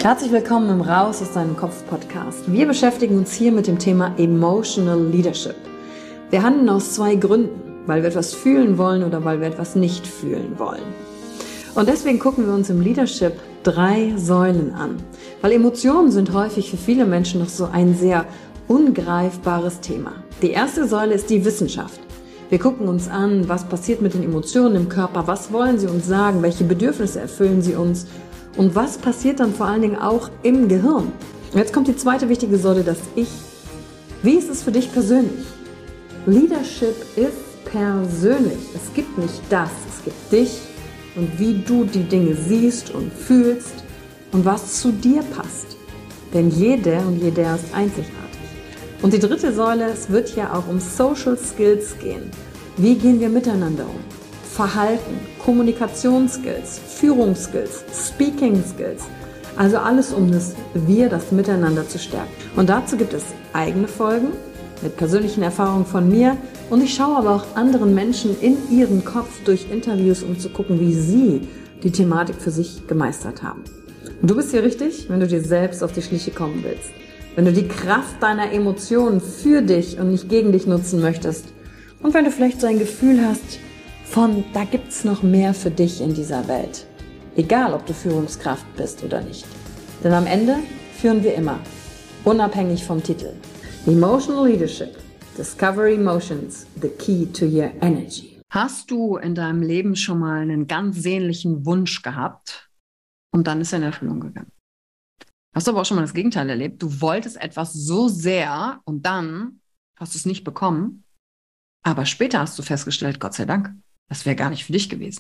Herzlich willkommen im Raus aus deinem Kopf Podcast. Wir beschäftigen uns hier mit dem Thema Emotional Leadership. Wir handeln aus zwei Gründen, weil wir etwas fühlen wollen oder weil wir etwas nicht fühlen wollen. Und deswegen gucken wir uns im Leadership 3 Säulen an, weil Emotionen sind häufig für viele Menschen noch so ein sehr ungreifbares Thema. Die erste Säule ist die Wissenschaft. Wir gucken uns an, was passiert mit den Emotionen im Körper, was wollen sie uns sagen, welche Bedürfnisse erfüllen sie uns und was passiert dann vor allen Dingen auch im Gehirn. Und jetzt kommt die zweite wichtige Säule, das Ich. Wie ist es für dich persönlich? Leadership ist persönlich. Es gibt nicht das, es gibt dich und wie du die Dinge siehst und fühlst und was zu dir passt. Denn jede und jeder ist einzigartig. Und die dritte Säule, es wird ja auch um Social Skills gehen. Wie gehen wir miteinander um? Verhalten, Kommunikationsskills, Führungsskills, Speaking Skills. Also alles um das Miteinander zu stärken. Und dazu gibt es eigene Folgen mit persönlichen Erfahrungen von mir. Und ich schaue aber auch anderen Menschen in ihren Kopf durch Interviews, um zu gucken, wie sie die Thematik für sich gemeistert haben. Und du bist hier richtig, wenn du dir selbst auf die Schliche kommen willst. Wenn du die Kraft deiner Emotionen für dich und nicht gegen dich nutzen möchtest. Und wenn du vielleicht so ein Gefühl hast, da gibt's noch mehr für dich in dieser Welt. Egal, ob du Führungskraft bist oder nicht. Denn am Ende führen wir immer, unabhängig vom Titel. Emotional Leadership. Discover Emotions, the key to your energy. Hast du in deinem Leben schon mal einen ganz sehnlichen Wunsch gehabt und dann ist er in Erfüllung gegangen? Hast du aber auch schon mal das Gegenteil erlebt? Du wolltest etwas so sehr und dann hast du es nicht bekommen, aber später hast du festgestellt, Gott sei Dank, das wäre gar nicht für dich gewesen.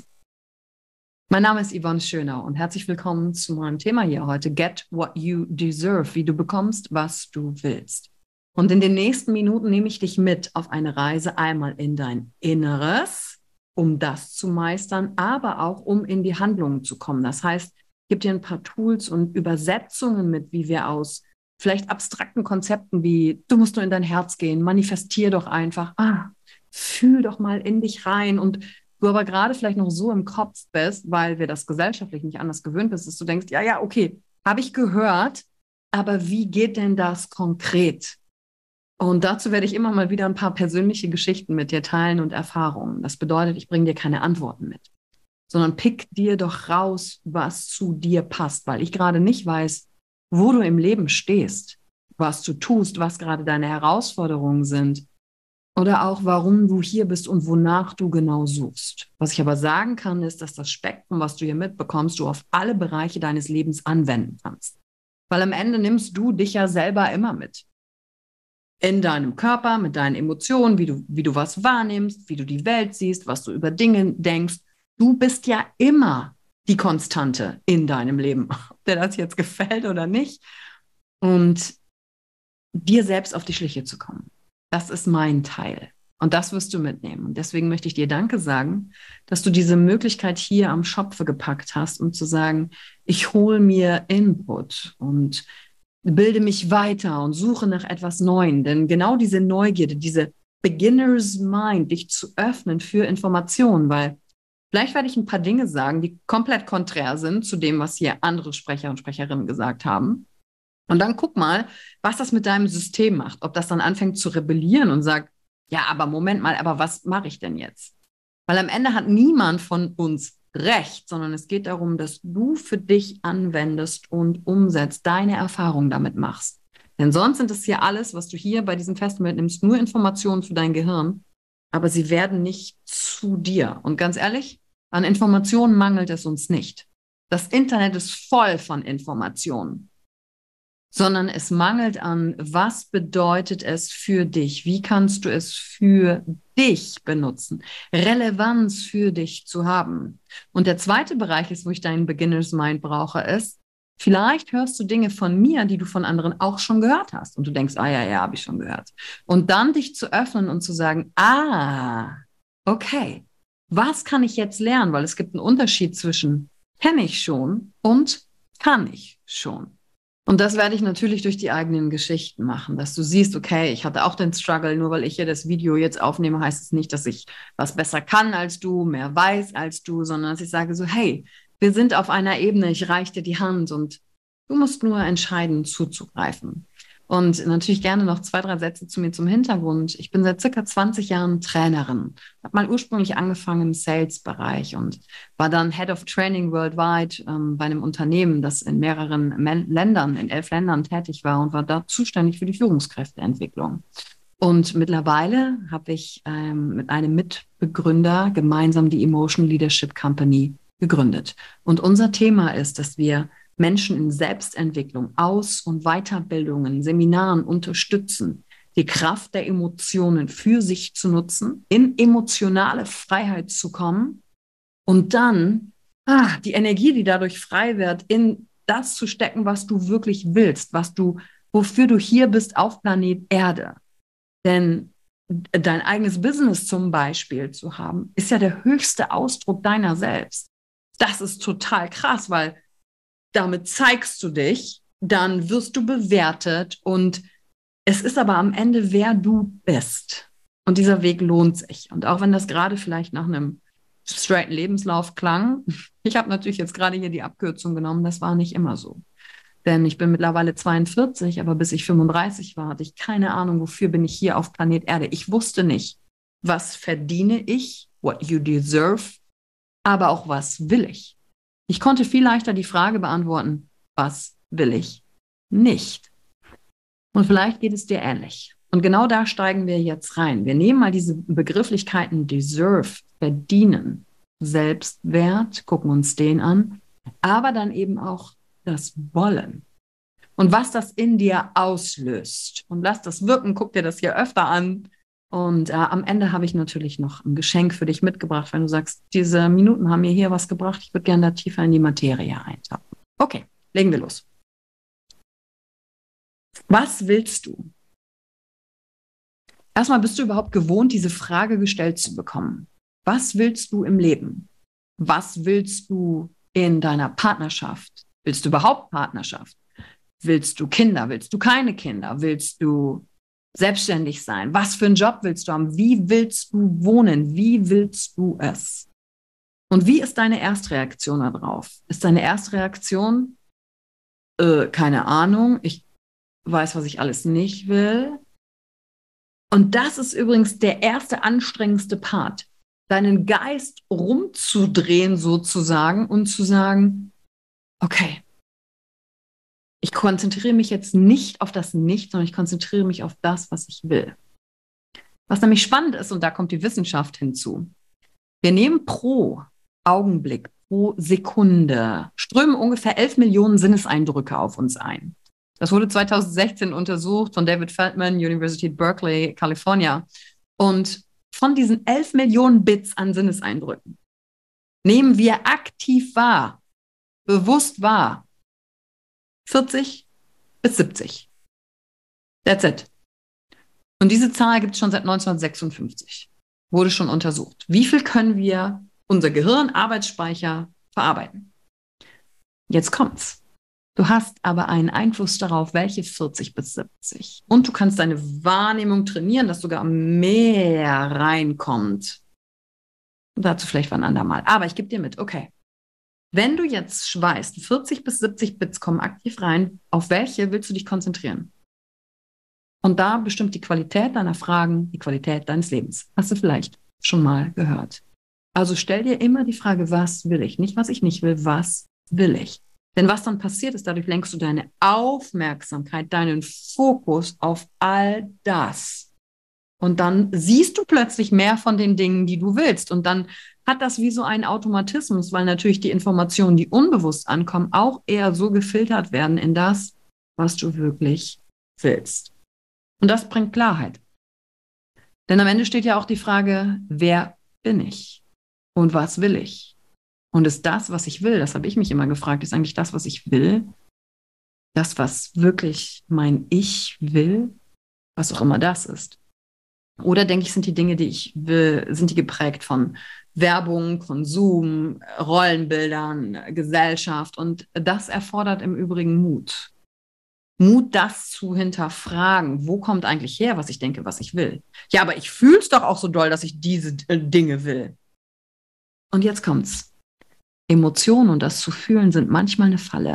Mein Name ist Yvonne Schönau und herzlich willkommen zu meinem Thema hier heute, Get What You Deserve, wie du bekommst, was du willst. Und in den nächsten Minuten nehme ich dich mit auf eine Reise einmal in dein Inneres, um das zu meistern, aber auch um in die Handlungen zu kommen. Das heißt, ich gebe dir ein paar Tools und Übersetzungen mit, wie wir aus vielleicht abstrakten Konzepten wie, du musst nur in dein Herz gehen, manifestier doch einfach, fühl doch mal in dich rein und du aber gerade vielleicht noch so im Kopf bist, weil wir das gesellschaftlich nicht anders gewöhnt bist, dass du denkst, ja, okay, habe ich gehört, aber wie geht denn das konkret? Und dazu werde ich immer mal wieder ein paar persönliche Geschichten mit dir teilen und Erfahrungen. Das bedeutet, ich bringe dir keine Antworten mit, sondern pick dir doch raus, was zu dir passt, weil ich gerade nicht weiß, wo du im Leben stehst, was du tust, was gerade deine Herausforderungen sind oder auch, warum du hier bist und wonach du genau suchst. Was ich aber sagen kann, ist, dass das Spektrum, was du hier mitbekommst, du auf alle Bereiche deines Lebens anwenden kannst. Weil am Ende nimmst du dich ja selber immer mit. In deinem Körper, mit deinen Emotionen, wie du was wahrnimmst, wie du die Welt siehst, was du über Dinge denkst. Du bist ja immer die Konstante in deinem Leben, ob dir das jetzt gefällt oder nicht. Und dir selbst auf die Schliche zu kommen. Das ist mein Teil. Und das wirst du mitnehmen. Und deswegen möchte ich dir Danke sagen, dass du diese Möglichkeit hier am Schopfe gepackt hast, um zu sagen, ich hole mir Input und bilde mich weiter und suche nach etwas Neuem. Denn genau diese Neugierde, diese Beginner's Mind, dich zu öffnen für Informationen, weil vielleicht werde ich ein paar Dinge sagen, die komplett konträr sind zu dem, was hier andere Sprecher und Sprecherinnen gesagt haben. Und dann guck mal, was das mit deinem System macht. Ob das dann anfängt zu rebellieren und sagt, ja, aber Moment mal, aber was mache ich denn jetzt? Weil am Ende hat niemand von uns recht, sondern es geht darum, dass du für dich anwendest und umsetzt, deine Erfahrungen damit machst. Denn sonst sind es hier alles, was du hier bei diesem Fest mitnimmst, nur Informationen für dein Gehirn, aber sie werden nicht zu dir. Und ganz ehrlich, an Informationen mangelt es uns nicht. Das Internet ist voll von Informationen. Sondern es mangelt an, was bedeutet es für dich? Wie kannst du es für dich benutzen? Relevanz für dich zu haben. Und der zweite Bereich ist, wo ich deinen Beginner's Mind brauche, ist, vielleicht hörst du Dinge von mir, die du von anderen auch schon gehört hast. Und du denkst, ja, habe ich schon gehört. Und dann dich zu öffnen und zu sagen, okay, was kann ich jetzt lernen? Weil es gibt einen Unterschied zwischen kenne ich schon und kann ich schon. Und das werde ich natürlich durch die eigenen Geschichten machen, dass du siehst, okay, ich hatte auch den Struggle, nur weil ich hier das Video jetzt aufnehme, heißt es nicht, dass ich was besser kann als du, mehr weiß als du, sondern dass ich sage so, hey, wir sind auf einer Ebene, ich reiche dir die Hand und Du musst nur entscheiden, zuzugreifen. Und natürlich gerne noch 2, 3 Sätze zu mir zum Hintergrund. Ich bin seit circa 20 Jahren Trainerin. Habe mal ursprünglich angefangen im Sales-Bereich und war dann Head of Training worldwide bei einem Unternehmen, das in mehreren Ländern, in 11 Ländern tätig war und war da zuständig für die Führungskräfteentwicklung. Und mittlerweile habe ich mit einem Mitbegründer gemeinsam die Emotion Leadership Company gegründet. Und unser Thema ist, dass wir Menschen in Selbstentwicklung, Aus- und Weiterbildungen, Seminaren unterstützen, die Kraft der Emotionen für sich zu nutzen, in emotionale Freiheit zu kommen und dann die Energie, die dadurch frei wird, in das zu stecken, was du wirklich willst, wofür du hier bist auf Planet Erde. Denn dein eigenes Business zum Beispiel zu haben, ist ja der höchste Ausdruck deiner selbst. Das ist total krass, weil damit zeigst du dich, dann wirst du bewertet und es ist aber am Ende, wer du bist. Und dieser Weg lohnt sich. Und auch wenn das gerade vielleicht nach einem straighten Lebenslauf klang, ich habe natürlich jetzt gerade hier die Abkürzung genommen, das war nicht immer so. Denn ich bin mittlerweile 42, aber bis ich 35 war, hatte ich keine Ahnung, wofür bin ich hier auf Planet Erde. Ich wusste nicht, was verdiene ich, what you deserve, aber auch was will ich. Ich konnte viel leichter die Frage beantworten, was will ich nicht? Und vielleicht geht es dir ähnlich. Und genau da steigen wir jetzt rein. Wir nehmen mal diese Begrifflichkeiten deserve, verdienen, Selbstwert, gucken uns den an, aber dann eben auch das Wollen. Und was das in dir auslöst. Und lass das wirken, guck dir das hier öfter an. Und am Ende habe ich natürlich noch ein Geschenk für dich mitgebracht, wenn du sagst, diese Minuten haben mir hier was gebracht, ich würde gerne da tiefer in die Materie eintauchen. Okay, legen wir los. Was willst du? Erstmal, bist du überhaupt gewohnt, diese Frage gestellt zu bekommen? Was willst du im Leben? Was willst du in deiner Partnerschaft? Willst du überhaupt Partnerschaft? Willst du Kinder? Willst du keine Kinder? Willst du selbstständig sein? Was für einen Job willst du haben? Wie willst du wohnen? Wie willst du es? Und wie ist deine Erstreaktion darauf? Ist deine Erstreaktion, keine Ahnung, ich weiß, was ich alles nicht will? Und das ist übrigens der erste anstrengendste Part, deinen Geist rumzudrehen sozusagen und zu sagen, okay, ich konzentriere mich jetzt nicht auf das Nicht, sondern ich konzentriere mich auf das, was ich will. Was nämlich spannend ist, und da kommt die Wissenschaft hinzu. Wir nehmen pro Augenblick, pro Sekunde, strömen ungefähr 11 Millionen Sinneseindrücke auf uns ein. Das wurde 2016 untersucht von David Feldman, University of Berkeley, California. Und von diesen 11 Millionen Bits an Sinneseindrücken nehmen wir aktiv wahr, bewusst wahr, 40 bis 70. That's it. Und diese Zahl gibt es schon seit 1956. Wurde schon untersucht. Wie viel können wir, unser Gehirn, Arbeitsspeicher, verarbeiten? Jetzt kommt's. Du hast aber einen Einfluss darauf, welche 40 bis 70. Und du kannst deine Wahrnehmung trainieren, dass sogar mehr reinkommt. Und dazu vielleicht wann andermal. Aber ich gebe dir mit, okay. Wenn du jetzt weißt, 40 bis 70 Bits kommen aktiv rein, auf welche willst du dich konzentrieren? Und da bestimmt die Qualität deiner Fragen, die Qualität deines Lebens. Hast du vielleicht schon mal gehört. Also stell dir immer die Frage, was will ich? Nicht, was ich nicht will, was will ich? Denn was dann passiert ist, dadurch lenkst du deine Aufmerksamkeit, deinen Fokus auf all das. Und dann siehst du plötzlich mehr von den Dingen, die du willst. Und dann hat das wie so einen Automatismus, weil natürlich die Informationen, die unbewusst ankommen, auch eher so gefiltert werden in das, was du wirklich willst. Und das bringt Klarheit. Denn am Ende steht ja auch die Frage, wer bin ich? Und was will ich? Und ist das, was ich will, das habe ich mich immer gefragt, ist eigentlich das, was ich will, das, was wirklich mein Ich will, was auch immer das ist? Oder denke ich, sind die Dinge, die ich will, sind die geprägt von Werbung, Konsum, Rollenbildern, Gesellschaft? Und das erfordert im Übrigen Mut. Mut, das zu hinterfragen. Wo kommt eigentlich her, was ich denke, was ich will? Ja, aber ich fühle es doch auch so doll, dass ich diese Dinge will. Und jetzt kommt's. Emotionen und das zu fühlen sind manchmal eine Falle.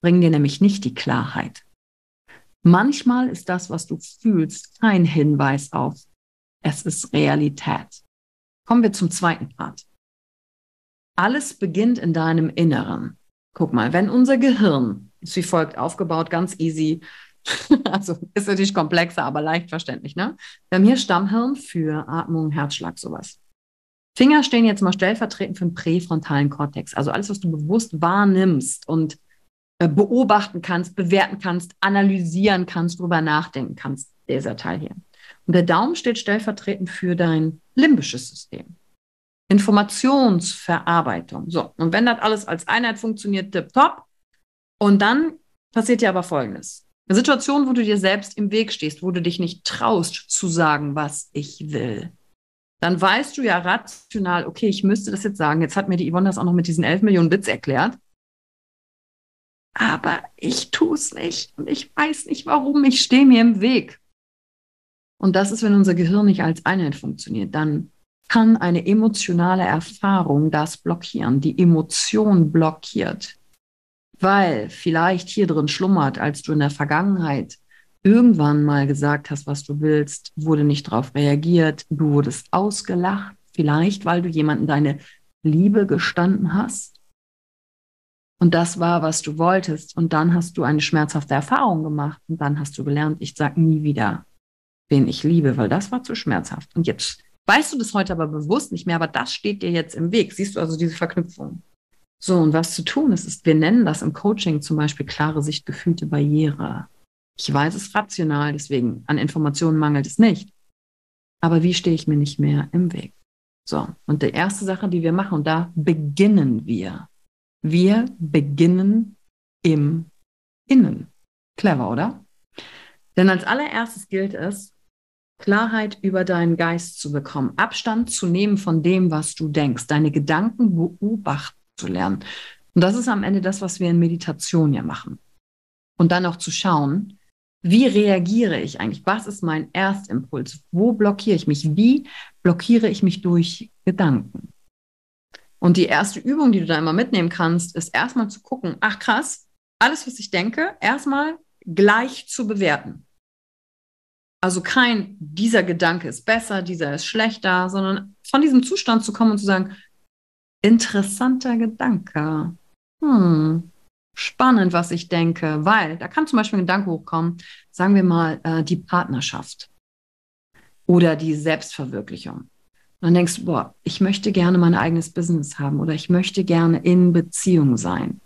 bringen dir nämlich nicht die Klarheit. Manchmal ist das, was du fühlst, kein Hinweis auf, es ist Realität. Kommen wir zum zweiten Part. Alles beginnt in deinem Inneren. Guck mal, wenn unser Gehirn ist wie folgt aufgebaut, ganz easy, also ist natürlich komplexer, aber leicht verständlich, ne? Wir haben hier Stammhirn für Atmung, Herzschlag, sowas. Finger stehen jetzt mal stellvertretend für den präfrontalen Kortex, also alles, was du bewusst wahrnimmst und beobachten kannst, bewerten kannst, analysieren kannst, drüber nachdenken kannst, dieser Teil hier. Und der Daumen steht stellvertretend für dein limbisches System. Informationsverarbeitung. So, und wenn das alles als Einheit funktioniert, tipptopp. Und dann passiert dir aber Folgendes. Eine Situation, wo du dir selbst im Weg stehst, wo du dich nicht traust zu sagen, was ich will. Dann weißt du ja rational, okay, ich müsste das jetzt sagen. Jetzt hat mir die Yvonne das auch noch mit diesen 11 Millionen Bits erklärt. Aber ich tue es nicht und ich weiß nicht, warum. Ich stehe mir im Weg. Und das ist, wenn unser Gehirn nicht als Einheit funktioniert, dann kann eine emotionale Erfahrung das blockieren. Die Emotion blockiert, weil vielleicht hier drin schlummert, als du in der Vergangenheit irgendwann mal gesagt hast, was du willst, wurde nicht darauf reagiert, du wurdest ausgelacht, vielleicht, weil du jemandem deine Liebe gestanden hast. Und das war, was du wolltest. Und dann hast du eine schmerzhafte Erfahrung gemacht. Und dann hast du gelernt, ich sage nie wieder, wen ich liebe, weil das war zu schmerzhaft. Und jetzt weißt du das heute aber bewusst nicht mehr, aber das steht dir jetzt im Weg. Siehst du also diese Verknüpfung? So, und was zu tun ist, wir nennen das im Coaching zum Beispiel klare Sicht, gefühlte Barriere. Ich weiß es rational, deswegen an Informationen mangelt es nicht. Aber wie stehe ich mir nicht mehr im Weg? So, und die erste Sache, die wir machen, und da beginnen wir. Wir beginnen im Innen. Clever, oder? Denn als allererstes gilt es, Klarheit über deinen Geist zu bekommen, Abstand zu nehmen von dem, was du denkst, deine Gedanken beobachten zu lernen. Und das ist am Ende das, was wir in Meditation ja machen. Und dann auch zu schauen, wie reagiere ich eigentlich? Was ist mein Erstimpuls? Wo blockiere ich mich? Wie blockiere ich mich durch Gedanken? Und die erste Übung, die du da immer mitnehmen kannst, ist erstmal zu gucken, ach krass, alles, was ich denke, erstmal gleich zu bewerten. Also kein, dieser Gedanke ist besser, dieser ist schlechter, sondern von diesem Zustand zu kommen und zu sagen, interessanter Gedanke. Spannend, was ich denke, weil da kann zum Beispiel ein Gedanke hochkommen, sagen wir mal, die Partnerschaft oder die Selbstverwirklichung. Und dann denkst du, boah, ich möchte gerne mein eigenes Business haben oder ich möchte gerne in Beziehung sein.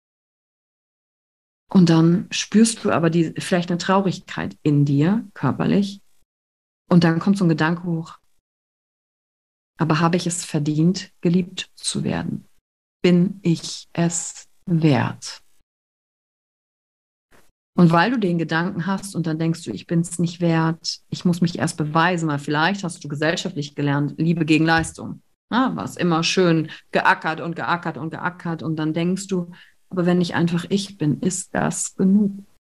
Und dann spürst du aber vielleicht eine Traurigkeit in dir, körperlich. Und dann kommt so ein Gedanke hoch. Aber habe ich es verdient, geliebt zu werden? Bin ich es wert? Und weil du den Gedanken hast und dann denkst du, ich bin es nicht wert, ich muss mich erst beweisen, weil vielleicht hast du gesellschaftlich gelernt, Liebe gegen Leistung. Ja, war immer schön geackert und geackert und geackert und dann denkst du, aber wenn ich einfach ich bin, ist das genug.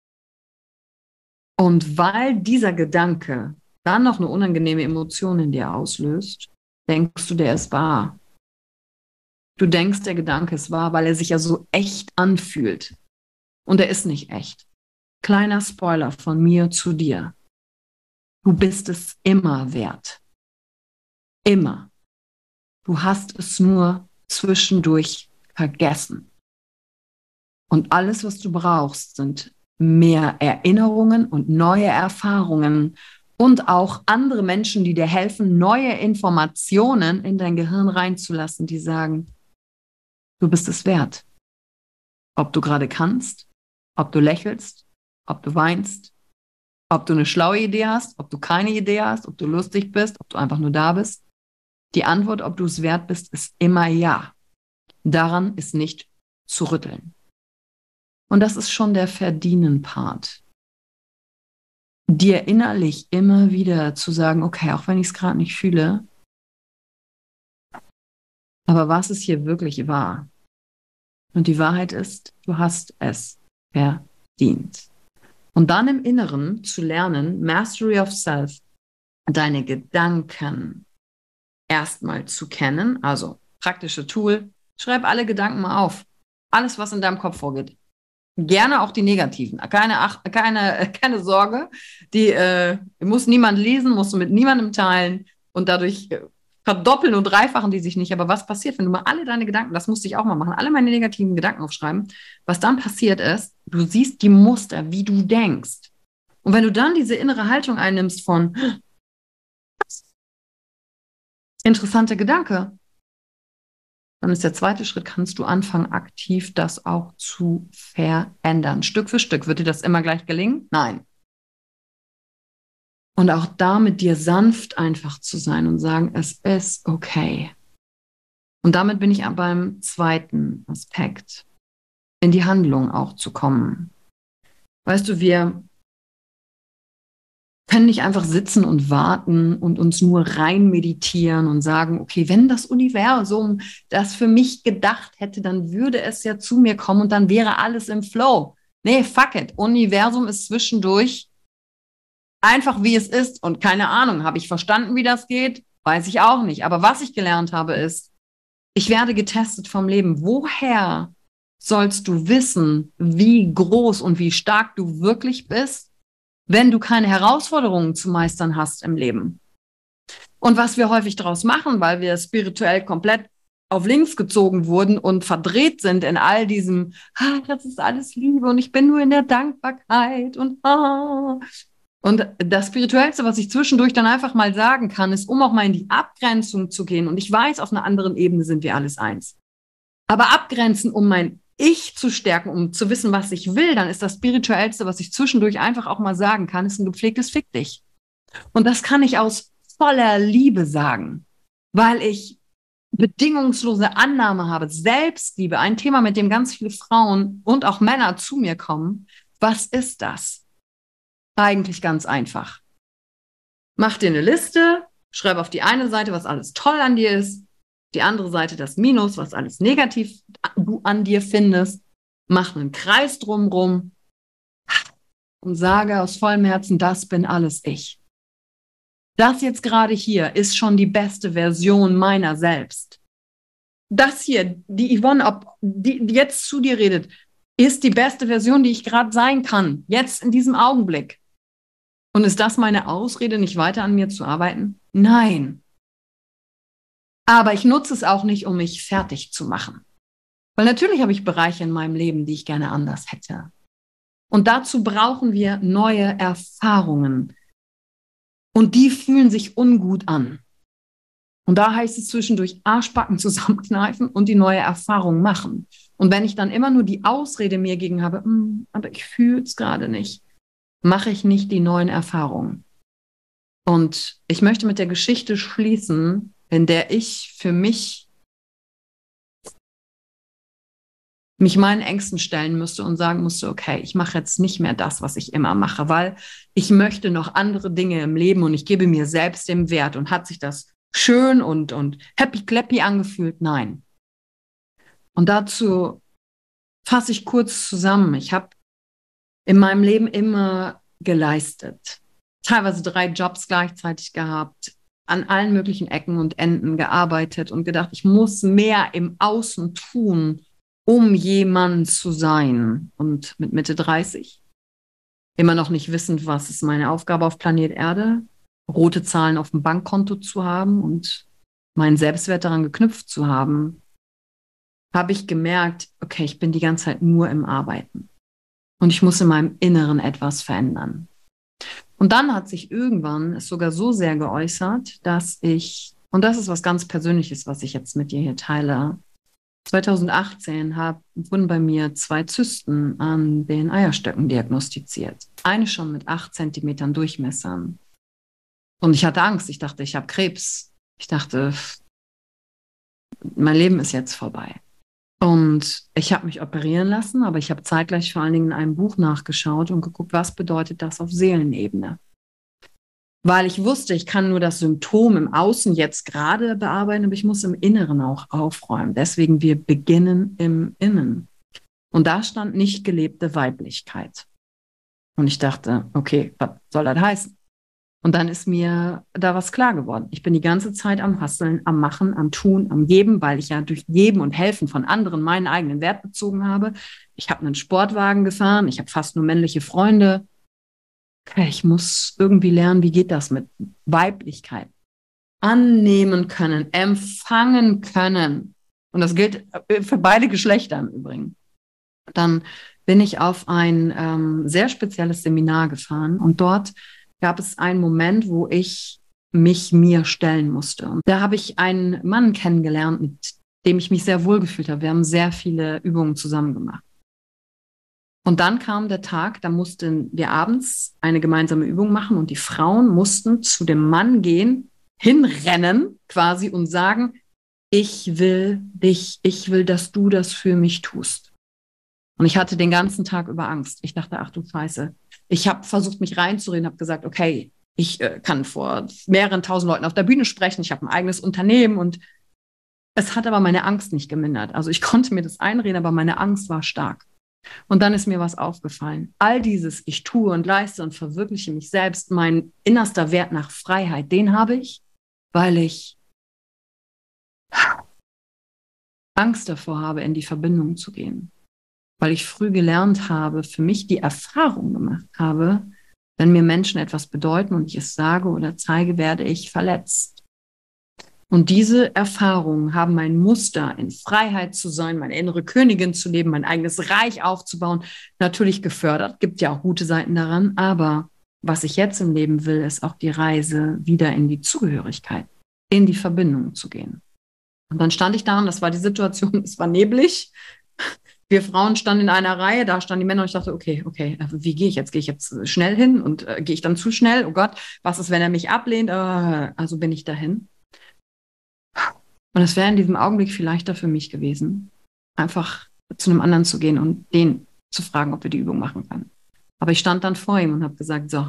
Und weil dieser Gedanke dann noch eine unangenehme Emotion in dir auslöst, denkst du, der ist wahr. Du denkst, der Gedanke ist wahr, weil er sich ja so echt anfühlt. Und er ist nicht echt. Kleiner Spoiler von mir zu dir. Du bist es immer wert. Immer. Du hast es nur zwischendurch vergessen. Und alles, was du brauchst, sind mehr Erinnerungen und neue Erfahrungen und auch andere Menschen, die dir helfen, neue Informationen in dein Gehirn reinzulassen, die sagen, du bist es wert. Ob du gerade kannst, ob du lächelst, ob du weinst, ob du eine schlaue Idee hast, ob du keine Idee hast, ob du lustig bist, ob du einfach nur da bist. Die Antwort, ob du es wert bist, ist immer ja. Daran ist nicht zu rütteln. Und das ist schon der Verdienen-Part. Dir innerlich immer wieder zu sagen, okay, auch wenn ich es gerade nicht fühle, aber was ist hier wirklich wahr? Und die Wahrheit ist, du hast es verdient. Und dann im Inneren zu lernen, Mastery of Self, deine Gedanken erstmal zu kennen, also praktische Tool, schreib alle Gedanken mal auf. Alles, was in deinem Kopf vorgeht. Gerne auch die negativen. Keine Sorge. Die muss niemand lesen, musst du mit niemandem teilen und dadurch verdoppeln und dreifachen die sich nicht. Aber was passiert, wenn du mal alle deine Gedanken, das musste ich auch mal machen, alle meine negativen Gedanken aufschreiben, was dann passiert ist, du siehst die Muster, wie du denkst. Und wenn du dann diese innere Haltung einnimmst von interessante Gedanke, dann ist der zweite Schritt, kannst du anfangen, aktiv das auch zu verändern. Stück für Stück. Wird dir das immer gleich gelingen? Nein. Und auch da mit dir sanft einfach zu sein und sagen, es ist okay. Und damit bin ich beim zweiten Aspekt, in die Handlung auch zu kommen. Weißt du, wir können nicht einfach sitzen und warten und uns nur rein meditieren und sagen, okay, wenn das Universum das für mich gedacht hätte, dann würde es ja zu mir kommen und dann wäre alles im Flow. Nee, fuck it. Universum ist zwischendurch einfach wie es ist und keine Ahnung, habe ich verstanden, wie das geht? Weiß ich auch nicht. Aber was ich gelernt habe, ist, ich werde getestet vom Leben. Woher sollst du wissen, wie groß und wie stark du wirklich bist, wenn du keine Herausforderungen zu meistern hast im Leben? Und was wir häufig daraus machen, weil wir spirituell komplett auf links gezogen wurden und verdreht sind in all diesem, das ist alles Liebe und ich bin nur in der Dankbarkeit und das Spirituellste, was ich zwischendurch dann einfach mal sagen kann, ist, um auch mal in die Abgrenzung zu gehen. Und ich weiß, auf einer anderen Ebene sind wir alles eins. Aber abgrenzen, um mein Ich zu stärken, um zu wissen, was ich will, dann ist das Spirituellste, was ich zwischendurch einfach auch mal sagen kann, ist ein gepflegtes Fick dich. Und das kann ich aus voller Liebe sagen, weil ich bedingungslose Annahme habe, Selbstliebe, ein Thema, mit dem ganz viele Frauen und auch Männer zu mir kommen. Was ist das? Eigentlich ganz einfach. Mach dir eine Liste, schreib auf die eine Seite, was alles toll an dir ist, die andere Seite das Minus, was alles negativ du an dir findest. Mach einen Kreis drumrum und sage aus vollem Herzen, das bin alles ich. Das jetzt gerade hier ist schon die beste Version meiner selbst. Das hier, die Yvonne, die jetzt zu dir redet, ist die beste Version, die ich gerade sein kann, jetzt in diesem Augenblick. Und ist das meine Ausrede, nicht weiter an mir zu arbeiten? Nein. Aber ich nutze es auch nicht, um mich fertig zu machen. Weil natürlich habe ich Bereiche in meinem Leben, die ich gerne anders hätte. Und dazu brauchen wir neue Erfahrungen. Und die fühlen sich ungut an. Und da heißt es zwischendurch Arschbacken zusammenkneifen und die neue Erfahrung machen. Und wenn ich dann immer nur die Ausrede mir gegen habe, aber ich fühle es gerade nicht, mache ich nicht die neuen Erfahrungen. Und ich möchte mit der Geschichte schließen, in der ich für mich meinen Ängsten stellen müsste und sagen musste, okay, ich mache jetzt nicht mehr das, was ich immer mache, weil ich möchte noch andere Dinge im Leben und ich gebe mir selbst den Wert. Und hat sich das schön und happy-clappy angefühlt? Nein. Und dazu fasse ich kurz zusammen. Ich habe in meinem Leben immer geleistet. Teilweise 3 Jobs gleichzeitig gehabt, an allen möglichen Ecken und Enden gearbeitet und gedacht, ich muss mehr im Außen tun, um jemand zu sein. Und mit Mitte 30, immer noch nicht wissend, was ist meine Aufgabe auf Planet Erde, rote Zahlen auf dem Bankkonto zu haben und meinen Selbstwert daran geknüpft zu haben, habe ich gemerkt, okay, ich bin die ganze Zeit nur im Arbeiten. Und ich muss in meinem Inneren etwas verändern. Und dann hat sich irgendwann es sogar so sehr geäußert, dass ich, und das ist was ganz Persönliches, was ich jetzt mit dir hier teile, 2018 wurden bei mir 2 Zysten an den Eierstöcken diagnostiziert. Eine schon mit 8 Zentimetern Durchmessern. Und ich hatte Angst. Ich dachte, ich habe Krebs. Ich dachte, mein Leben ist jetzt vorbei. Und ich habe mich operieren lassen, aber ich habe zeitgleich vor allen Dingen in einem Buch nachgeschaut und geguckt, was bedeutet das auf Seelenebene. Weil ich wusste, ich kann nur das Symptom im Außen jetzt gerade bearbeiten, aber ich muss im Inneren auch aufräumen. Deswegen, wir beginnen im Innen. Und da stand nicht gelebte Weiblichkeit. Und ich dachte, okay, was soll das heißen? Und dann ist mir da was klar geworden. Ich bin die ganze Zeit am Hasseln, am Machen, am Tun, am Geben, weil ich ja durch Geben und Helfen von anderen meinen eigenen Wert bezogen habe. Ich habe einen Sportwagen gefahren, ich habe fast nur männliche Freunde. Okay, ich muss irgendwie lernen, wie geht das mit Weiblichkeit? Annehmen können, empfangen können. Und das gilt für beide Geschlechter im Übrigen. Dann bin ich auf ein sehr spezielles Seminar gefahren und dort gab es einen Moment, wo ich mich mir stellen musste. Und da habe ich einen Mann kennengelernt, mit dem ich mich sehr wohl gefühlt habe. Wir haben sehr viele Übungen zusammen gemacht. Und dann kam der Tag, da mussten wir abends eine gemeinsame Übung machen und die Frauen mussten zu dem Mann gehen, hinrennen quasi und sagen, ich will dich, ich will, dass du das für mich tust. Und ich hatte den ganzen Tag über Angst. Ich dachte, ach du Scheiße. Ich habe versucht, mich reinzureden, habe gesagt, okay, ich kann vor mehreren tausend Leuten auf der Bühne sprechen, ich habe ein eigenes Unternehmen und es hat aber meine Angst nicht gemindert. Also ich konnte mir das einreden, aber meine Angst war stark. Und dann ist mir was aufgefallen. All dieses, ich tue und leiste und verwirkliche mich selbst, mein innerster Wert nach Freiheit, den habe ich, weil ich Angst davor habe, in die Verbindung zu gehen. Weil ich früh gelernt habe, für mich die Erfahrung gemacht habe, wenn mir Menschen etwas bedeuten und ich es sage oder zeige, werde ich verletzt. Und diese Erfahrungen haben mein Muster, in Freiheit zu sein, meine innere Königin zu leben, mein eigenes Reich aufzubauen, natürlich gefördert. Gibt ja auch gute Seiten daran. Aber was ich jetzt im Leben will, ist auch die Reise wieder in die Zugehörigkeit, in die Verbindung zu gehen. Und dann stand ich da und das war die Situation, es war neblig. Wir Frauen standen in einer Reihe, da standen die Männer und ich dachte, okay, wie gehe ich jetzt? Gehe ich jetzt schnell hin und gehe ich dann zu schnell? Oh Gott, was ist, wenn er mich ablehnt? Also bin ich dahin. Und es wäre in diesem Augenblick viel leichter für mich gewesen, einfach zu einem anderen zu gehen und den zu fragen, ob wir die Übung machen können. Aber ich stand dann vor ihm und habe gesagt, so,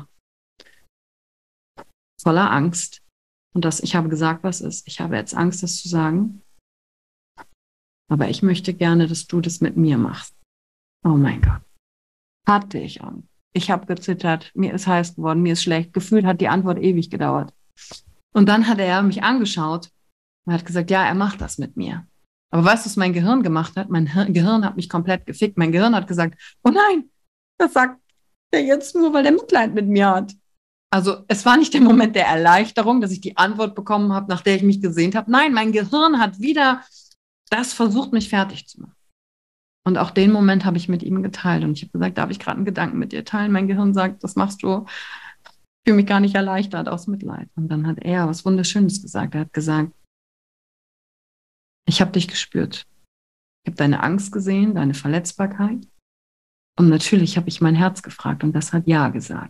voller Angst. Und ich habe gesagt, was ist. Ich habe jetzt Angst, das zu sagen. Aber ich möchte gerne, dass du das mit mir machst. Oh mein Gott. Hatte ich Angst. Ich habe gezittert. Mir ist heiß geworden. Mir ist schlecht. Gefühlt hat die Antwort ewig gedauert. Und dann hat er mich angeschaut und hat gesagt, ja, er macht das mit mir. Aber weißt du, was mein Gehirn gemacht hat? Mein Gehirn hat mich komplett gefickt. Mein Gehirn hat gesagt, oh nein, das sagt er jetzt nur, weil er Mitleid mit mir hat. Also es war nicht der Moment der Erleichterung, dass ich die Antwort bekommen habe, nach der ich mich gesehnt habe. Nein, mein Gehirn hat wieder das versucht, mich fertig zu machen. Und auch den Moment habe ich mit ihm geteilt. Und ich habe gesagt, darf ich gerade einen Gedanken mit dir teilen? Mein Gehirn sagt, das machst du. Ich fühle mich gar nicht erleichtert aus Mitleid. Und dann hat er was Wunderschönes gesagt. Er hat gesagt, ich habe dich gespürt. Ich habe deine Angst gesehen, deine Verletzbarkeit. Und natürlich habe ich mein Herz gefragt und das hat Ja gesagt.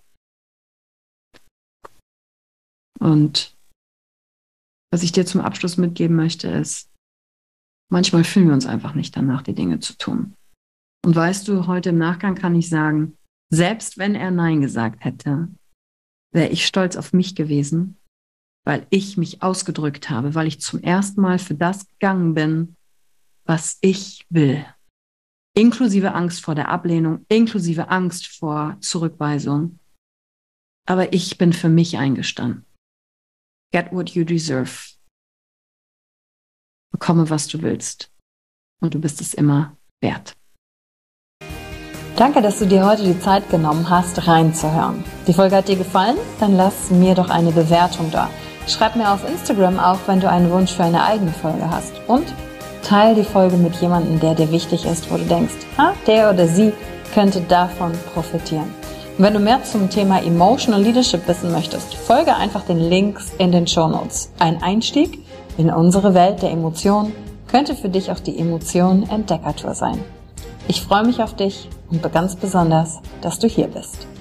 Und was ich dir zum Abschluss mitgeben möchte, ist, manchmal fühlen wir uns einfach nicht danach, die Dinge zu tun. Und weißt du, heute im Nachgang kann ich sagen, selbst wenn er Nein gesagt hätte, wäre ich stolz auf mich gewesen, weil ich mich ausgedrückt habe, weil ich zum ersten Mal für das gegangen bin, was ich will. Inklusive Angst vor der Ablehnung, inklusive Angst vor Zurückweisung. Aber ich bin für mich eingestanden. Get what you deserve. Bekomme, was du willst. Und du bist es immer wert. Danke, dass du dir heute die Zeit genommen hast, reinzuhören. Die Folge hat dir gefallen? Dann lass mir doch eine Bewertung da. Schreib mir auf Instagram auch, wenn du einen Wunsch für eine eigene Folge hast. Und teile die Folge mit jemandem, der dir wichtig ist, wo du denkst, der oder sie könnte davon profitieren. Und wenn du mehr zum Thema Emotional Leadership wissen möchtest, folge einfach den Links in den Shownotes. Ein Einstieg in unsere Welt der Emotionen könnte für dich auch die Emotionen-Entdeckertour sein. Ich freue mich auf dich und ganz besonders, dass du hier bist.